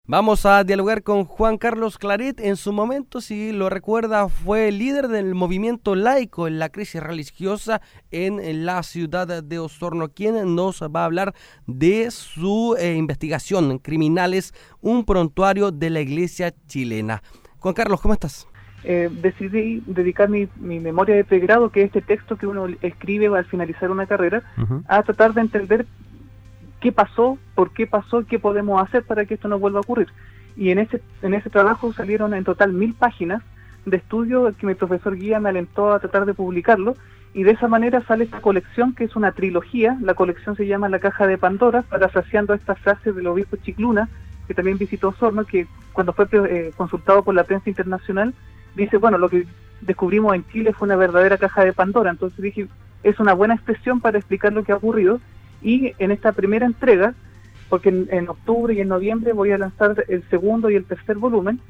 Vamos a dialogar con Juan Carlos Claret. En su momento, si lo recuerda, fue líder del movimiento laico en la crisis religiosa en la ciudad de Osorno, quien nos va a hablar de su investigación Criminales, un prontuario de la Iglesia chilena. Juan Carlos, ¿cómo estás? Decidí dedicar mi memoria de pregrado, que es este texto que uno escribe al finalizar una carrera, a tratar de entender qué pasó, por qué pasó, qué podemos hacer para que esto no vuelva a ocurrir. Y en ese trabajo salieron en total 1000 páginas de estudio que mi profesor guía me alentó a tratar de publicarlo, y de esa manera sale esta colección, que es una trilogía. La colección se llama La Caja de Pandora, parafraseando esta frase del obispo Chicluna, que también visitó Osorno, que cuando fue consultado por la prensa internacional, dice, bueno, lo que descubrimos en Chile fue una verdadera caja de Pandora. Entonces dije, es una buena expresión para explicar lo que ha ocurrido. Y en esta primera entrega, porque en octubre y en noviembre voy a lanzar el segundo y el tercer volumen,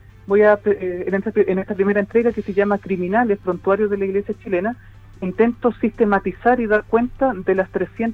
en esta primera entrega, que se llama Criminales, prontuario de la Iglesia chilena, intento sistematizar y dar cuenta de las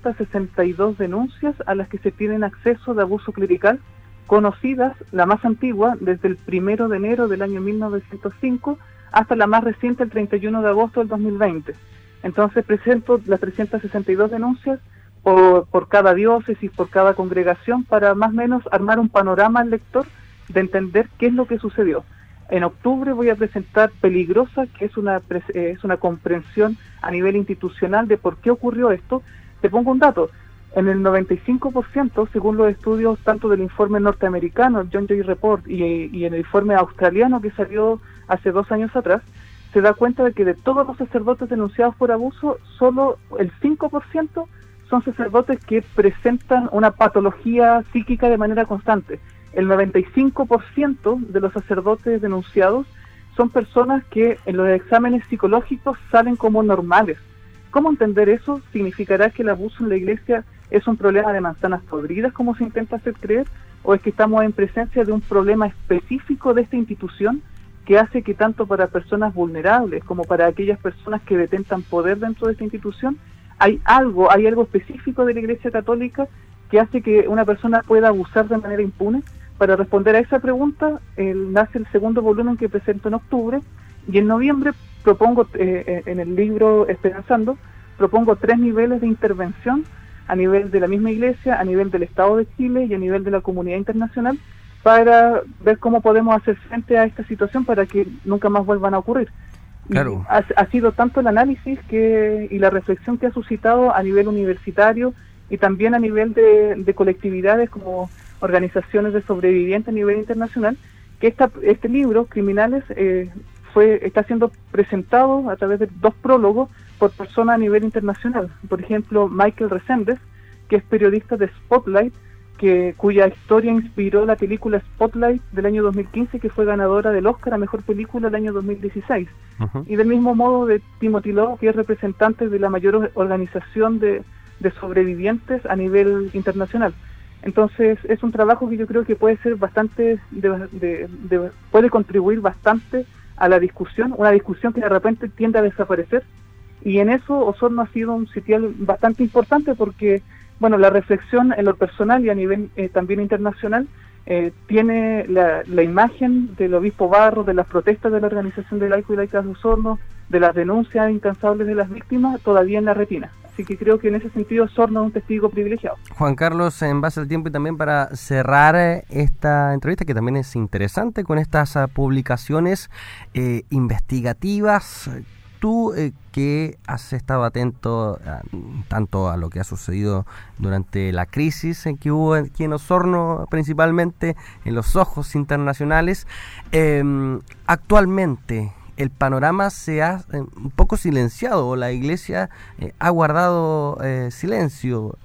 362 denuncias a las que se tienen acceso de abuso clerical, conocidas, la más antigua, desde el 1 de enero del año 1905 hasta la más reciente, el 31 de agosto del 2020. Entonces presento las 362 denuncias por cada diócesis, por cada congregación, para más o menos armar un panorama al lector de entender qué es lo que sucedió. En octubre voy a presentar Peligrosa, que es una comprensión a nivel institucional de por qué ocurrió esto. Te pongo un dato. En el 95%, según los estudios tanto del informe norteamericano, el John Jay Report, y en el informe australiano que salió hace 2 años atrás, se da cuenta de que de todos los sacerdotes denunciados por abuso, solo el 5% son sacerdotes que presentan una patología psíquica de manera constante. El 95% de los sacerdotes denunciados son personas que en los exámenes psicológicos salen como normales. ¿Cómo entender eso? ¿Significará que el abuso en la iglesia es un problema de manzanas podridas, como se intenta hacer creer? ¿O es que estamos en presencia de un problema específico de esta institución que hace que tanto para personas vulnerables como para aquellas personas que detentan poder dentro de esta institución, hay algo específico de la Iglesia Católica que hace que una persona pueda abusar de manera impune? Para responder a esa pregunta, nace el segundo volumen que presento en octubre, y en noviembre propongo, en el libro Esperanzando, propongo 3 niveles de intervención a nivel de la misma Iglesia, a nivel del Estado de Chile y a nivel de la comunidad internacional, para ver cómo podemos hacer frente a esta situación para que nunca más vuelvan a ocurrir. Claro. Ha sido tanto el análisis y la reflexión que ha suscitado a nivel universitario y también a nivel de colectividades como organizaciones de sobrevivientes a nivel internacional, que este libro, Criminales, está siendo presentado a través de 2 prólogos por personas a nivel internacional. Por ejemplo, Michael Reséndez, que es periodista de Spotlight, cuya historia inspiró la película Spotlight del año 2015, que fue ganadora del Oscar a Mejor Película del año 2016. Y del mismo modo de Timothy Lowe, que es representante de la mayor organización de sobrevivientes a nivel internacional. Entonces es un trabajo que yo creo que puede ser bastante, puede contribuir bastante a la discusión, una discusión que de repente tiende a desaparecer. Y en eso Osorno ha sido un sitial bastante importante porque, bueno, la reflexión en lo personal y a nivel también internacional tiene la imagen del obispo Barros, de las protestas de la Organización de Laicos y Laicas de Osorno, de las denuncias incansables de las víctimas, todavía en la retina. Así que creo que en ese sentido Osorno es un testigo privilegiado. Juan Carlos, en base al tiempo y también para cerrar esta entrevista, que también es interesante con estas publicaciones investigativas, tú que has estado atento tanto a lo que ha sucedido durante la crisis que hubo aquí en Osorno, principalmente en los ojos internacionales, actualmente el panorama se ha un poco silenciado, o la Iglesia ha guardado silencio.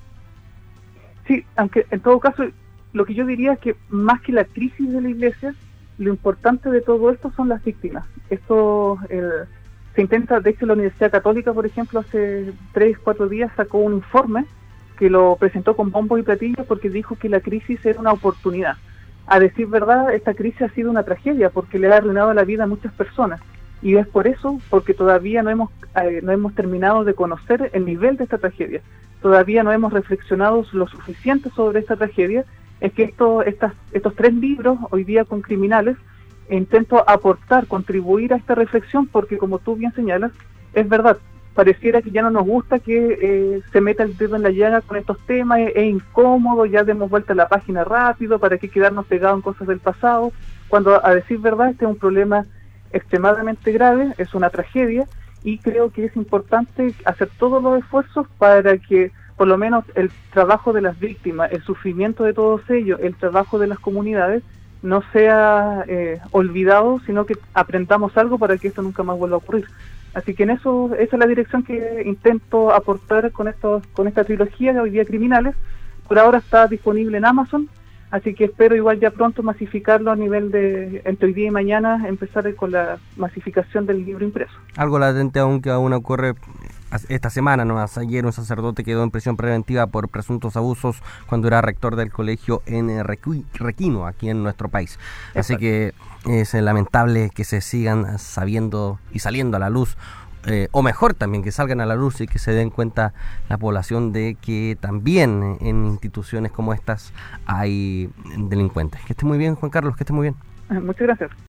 Sí, aunque en todo caso lo que yo diría es que más que la crisis de la Iglesia, lo importante de todo esto son las víctimas. Esto se intenta, de hecho la Universidad Católica, por ejemplo, hace 3-4 días sacó un informe que lo presentó con bombos y platillos porque dijo que la crisis era una oportunidad. A decir verdad, esta crisis ha sido una tragedia porque le ha arruinado la vida a muchas personas, y es por eso, porque todavía no hemos terminado de conocer el nivel de esta tragedia, todavía no hemos reflexionado lo suficiente sobre esta tragedia, es que estos 3 libros, hoy día con criminales, intento aportar, contribuir a esta reflexión, porque como tú bien señalas, es verdad, pareciera que ya no nos gusta que se meta el dedo en la llaga con estos temas, es incómodo, ya demos vuelta a la página rápido, para qué quedarnos pegados en cosas del pasado, cuando a decir verdad este es un problema extremadamente grave, es una tragedia, y creo que es importante hacer todos los esfuerzos para que por lo menos el trabajo de las víctimas, el sufrimiento de todos ellos, el trabajo de las comunidades, no sea olvidado, sino que aprendamos algo para que esto nunca más vuelva a ocurrir. Así que en eso, esa es la dirección que intento aportar con esta trilogía de Hoy Día Criminales. Por ahora está disponible en Amazon, así que espero igual ya pronto masificarlo a nivel de, entre hoy día y mañana, empezar con la masificación del libro impreso. Algo latente aunque aún ocurre esta semana, ¿no? Ayer un sacerdote quedó en prisión preventiva por presuntos abusos cuando era rector del colegio en Requino, aquí en nuestro país. Así que es lamentable que se sigan sabiendo y saliendo a la luz, o mejor también que salgan a la luz y que se den cuenta la población de que también en instituciones como estas hay delincuentes. Que esté muy bien, Juan Carlos, que esté muy bien. Muchas gracias.